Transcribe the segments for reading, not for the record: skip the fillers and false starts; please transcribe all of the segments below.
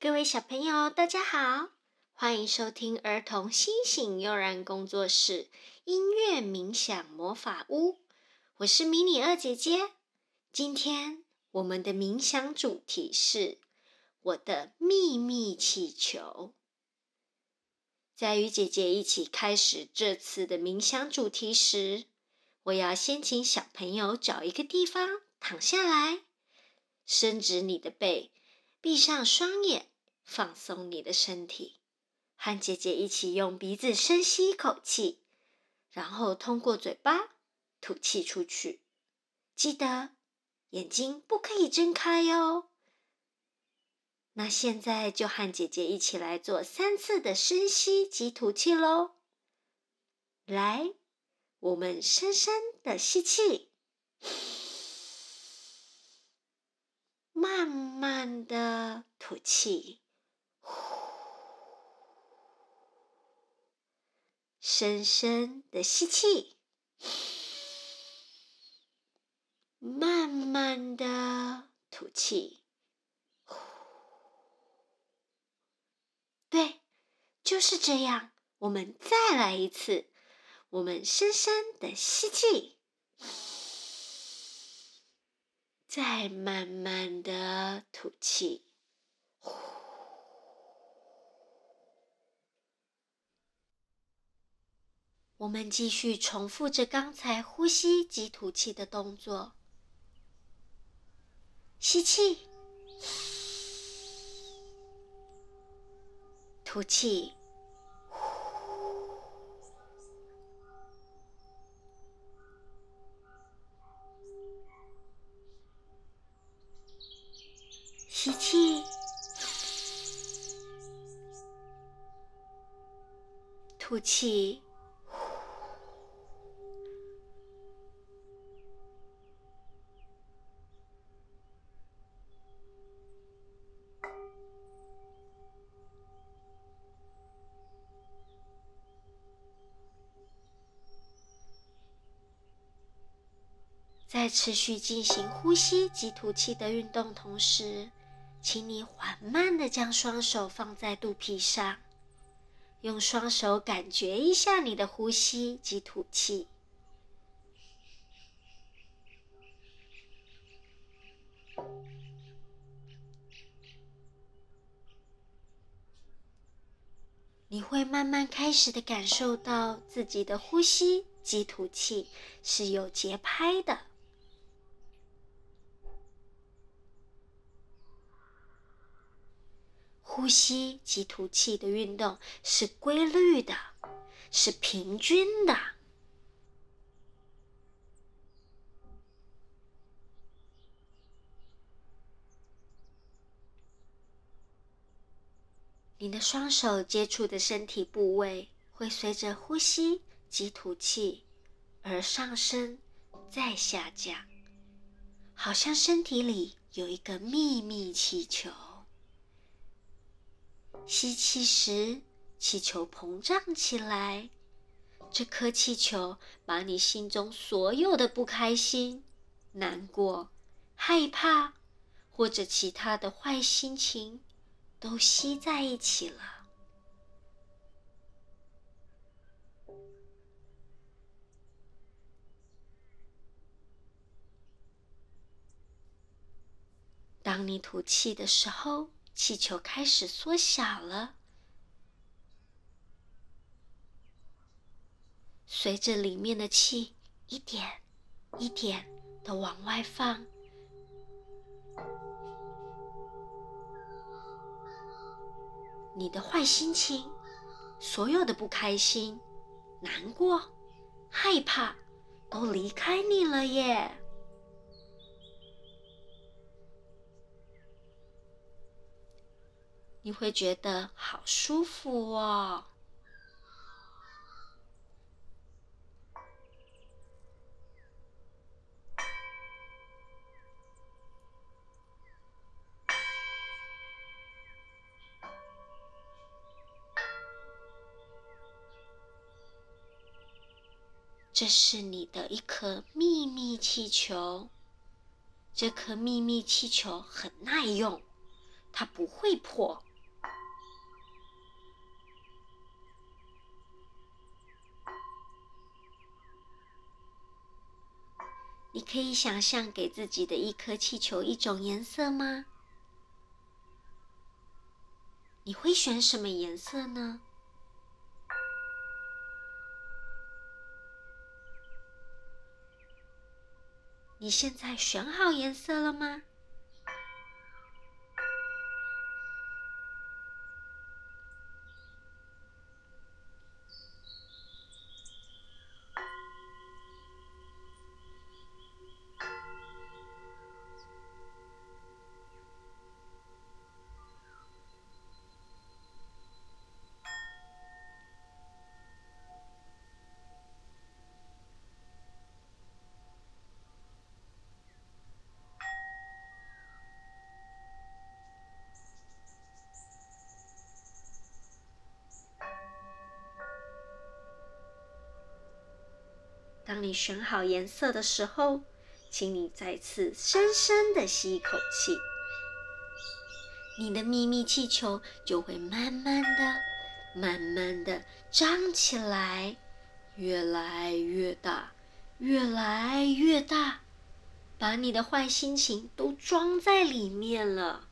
各位小朋友，大家好，欢迎收听儿童星星悠然工作室音乐冥想魔法屋。我是迷你二姐姐。今天我们的冥想主题是我的秘密气球。在与姐姐一起开始这次的冥想主题时，我要先请小朋友找一个地方躺下来，伸直你的背，闭上双眼，放松你的身体，和姐姐一起用鼻子深吸一口气，然后通过嘴巴吐气出去。记得眼睛不可以睁开哟。那现在就和姐姐一起来做3次的深吸及吐气咯。来，我们深深的吸气，慢慢的吐气，深深的吸气，慢慢的吐气。对，就是这样。我们再来一次，我们深深的吸气，再慢慢的吐气。我们继续重复着刚才呼吸及吐气的动作。吸气，吐气，吸气，吐气。在持续进行呼吸及吐气的运动同时，请你缓慢地将双手放在肚皮上，用双手感觉一下你的呼吸及吐气。你会慢慢开始地感受到自己的呼吸及吐气是有节拍的。呼吸及吐气的运动是规律的，是平均的。你的双手接触的身体部位会随着呼吸及吐气而上升再下降，好像身体里有一个秘密气球。吸气时，气球膨胀起来，这颗气球把你心中所有的不开心、难过、害怕或者其他的坏心情都吸在一起了。当你吐气的时候，气球开始缩小了，随着里面的气一点一点的往外放，你的坏心情，所有的不开心、难过、害怕都离开你了耶。你会觉得好舒服哦。这是你的一颗秘密气球，这颗秘密气球很耐用，它不会破， 你可以想象给自己的一颗气球一种颜色吗？你会选什么颜色呢？你现在选好颜色了吗？当你选好颜色的时候，请你再次深深的吸一口气，你的秘密气球就会慢慢的张起来，越来越大，越来越大，把你的坏心情都装在里面了。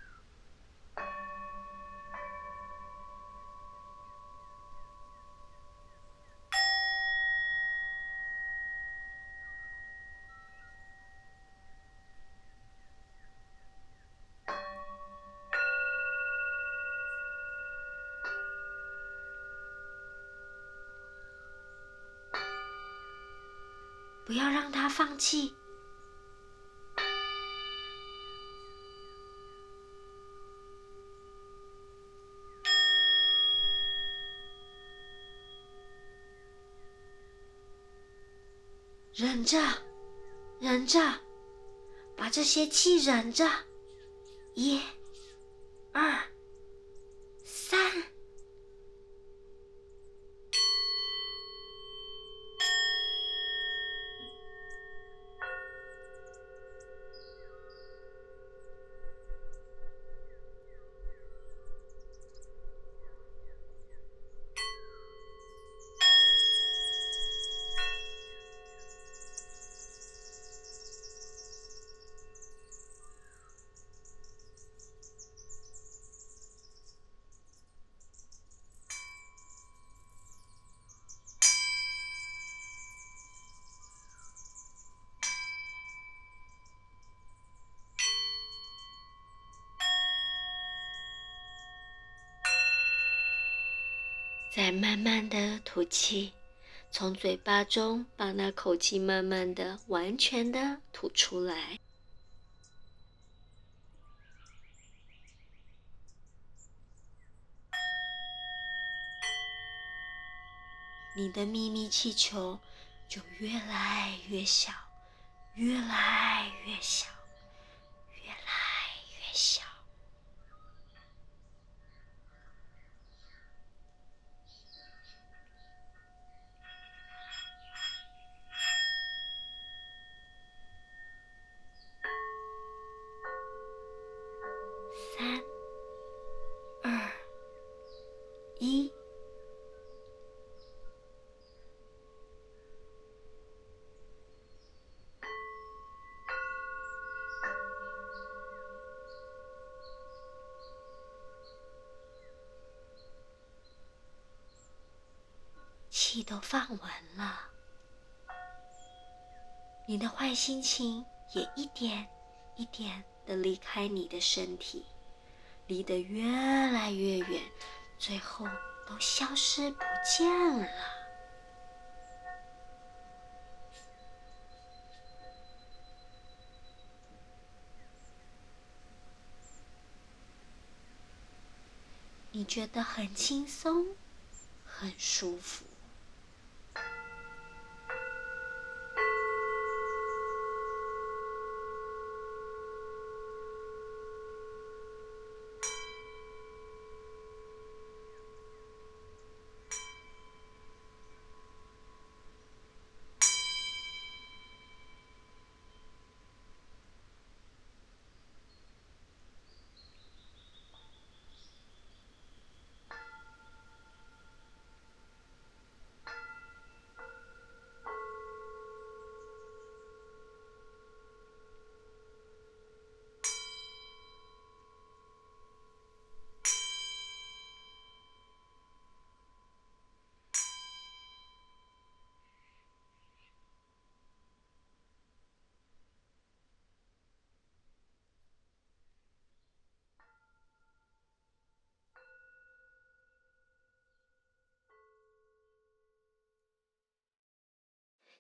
不要让它放弃。忍着，忍着，把这些气忍着。1、2、3。再慢慢的吐气，从嘴巴中把那口气慢慢的、完全的吐出来。你的秘密气球就越来越小，越来越小，越来越小。3、2、1。气都放完了，你的坏心情也一点一点的离开你的身体，离得越来越远，最后都消失不见了。你觉得很轻松，很舒服。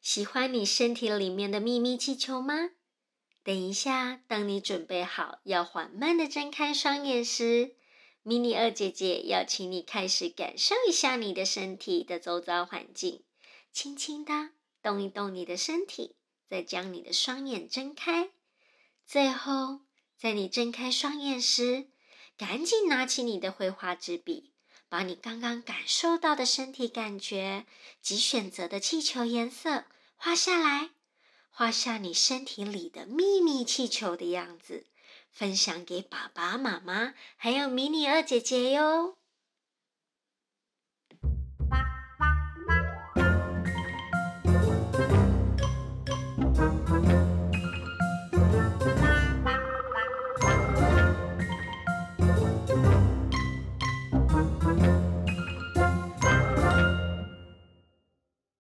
喜欢你身体里面的秘密气球吗？等一下，当你准备好要缓慢地睁开双眼时，迷你二姐姐要请你开始感受一下你的身体的周遭环境，轻轻地动一动你的身体，再将你的双眼睁开。最后，在你睁开双眼时，赶紧拿起你的绘画纸笔，把你刚刚感受到的身体感觉及选择的气球颜色画下来，画下你身体里的秘密气球的样子，分享给爸爸妈妈还有迷你二姐姐哟。